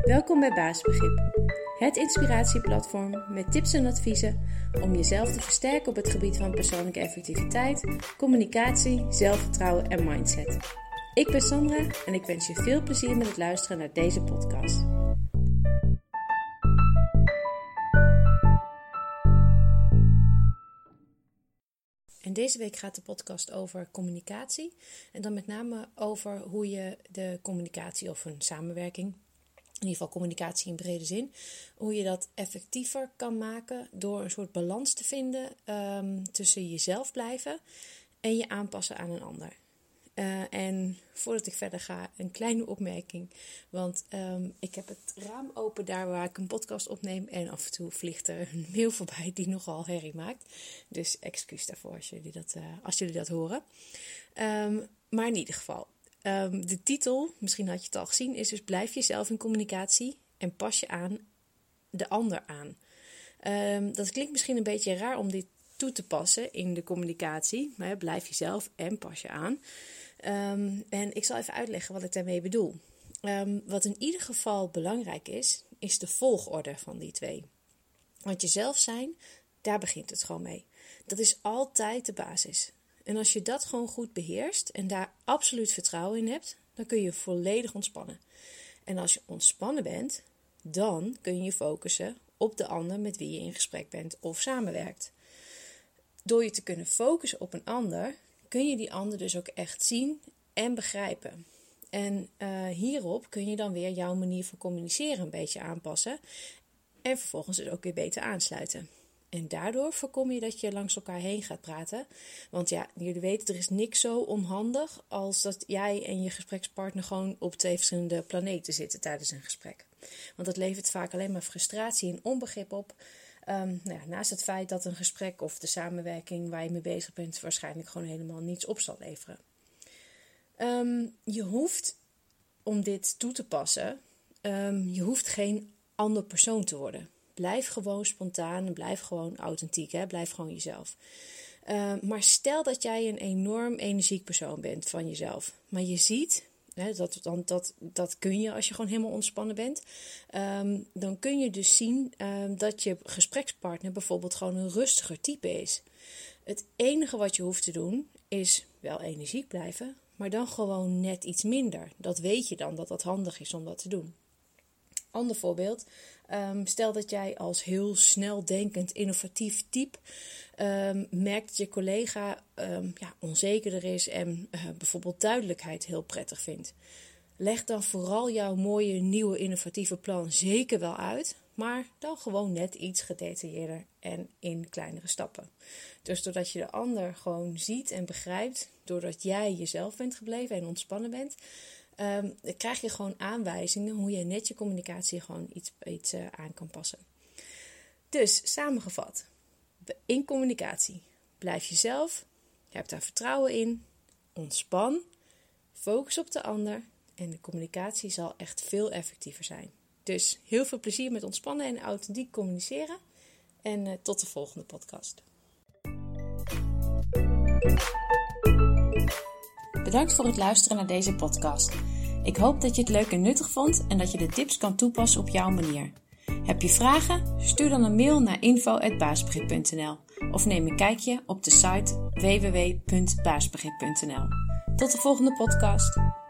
Welkom bij Baasbegrip, het inspiratieplatform met tips en adviezen om jezelf te versterken op het gebied van persoonlijke effectiviteit, communicatie, zelfvertrouwen en mindset. Ik ben Sandra en ik wens je veel plezier met het luisteren naar deze podcast. En deze week gaat de podcast over communicatie en dan met name over hoe je de communicatie of een samenwerking, in ieder geval communicatie in brede zin, hoe je dat effectiever kan maken door een soort balans te vinden tussen jezelf blijven en je aanpassen aan een ander. En voordat ik verder ga, een kleine opmerking. Want ik heb het raam open daar waar ik een podcast opneem. En af en toe vliegt er een mail voorbij die nogal herrie maakt. Dus excuus daarvoor als jullie dat horen. Maar in ieder geval, de titel, misschien had je het al gezien, is dus blijf jezelf in communicatie en pas je aan de ander aan. Dat klinkt misschien een beetje raar om dit toe te passen in de communicatie. Maar blijf jezelf en pas je aan. En ik zal even uitleggen wat ik daarmee bedoel. Wat in ieder geval belangrijk is de volgorde van die twee. Want jezelf zijn, daar begint het gewoon mee. Dat is altijd de basis. En als je dat gewoon goed beheerst en daar absoluut vertrouwen in hebt, dan kun je volledig ontspannen. En als je ontspannen bent, dan kun je je focussen op de ander met wie je in gesprek bent of samenwerkt. Door je te kunnen focussen op een ander, kun je die ander dus ook echt zien en begrijpen. En hierop kun je dan weer jouw manier van communiceren een beetje aanpassen. En vervolgens dus ook weer beter aansluiten. En daardoor voorkom je dat je langs elkaar heen gaat praten. Want ja, jullie weten, er is niks zo onhandig als dat jij en je gesprekspartner gewoon op 2 verschillende planeten zitten tijdens een gesprek. Want dat levert vaak alleen maar frustratie en onbegrip op. Naast het feit dat een gesprek of de samenwerking waar je mee bezig bent waarschijnlijk gewoon helemaal niets op zal leveren. Je hoeft, om dit toe te passen, je hoeft geen ander persoon te worden. Blijf gewoon spontaan en blijf gewoon authentiek, hè? Blijf gewoon jezelf. Maar stel dat jij een enorm energiek persoon bent van jezelf, maar je ziet, dat kun je als je gewoon helemaal ontspannen bent. Dan kun je dus zien dat je gesprekspartner bijvoorbeeld gewoon een rustiger type is. Het enige wat je hoeft te doen is wel energiek blijven, maar dan gewoon net iets minder. Dat weet je dan, dat dat handig is om dat te doen. Ander voorbeeld. Stel dat jij als heel snel denkend, innovatief type merkt dat je collega onzekerder is en bijvoorbeeld duidelijkheid heel prettig vindt. Leg dan vooral jouw mooie, nieuwe, innovatieve plan zeker wel uit, maar dan gewoon net iets gedetailleerder en in kleinere stappen. Dus doordat je de ander gewoon ziet en begrijpt, doordat jij jezelf bent gebleven en ontspannen bent, krijg je gewoon aanwijzingen hoe je net je communicatie gewoon iets aan kan passen. Dus samengevat, in communicatie, blijf jezelf, heb daar vertrouwen in, ontspan, focus op de ander en de communicatie zal echt veel effectiever zijn. Dus heel veel plezier met ontspannen en authentiek communiceren en tot de volgende podcast. Bedankt voor het luisteren naar deze podcast. Ik hoop dat je het leuk en nuttig vond en dat je de tips kan toepassen op jouw manier. Heb je vragen? Stuur dan een mail naar info@baasbegrip.nl of neem een kijkje op de site www.baasbegrip.nl. Tot de volgende podcast.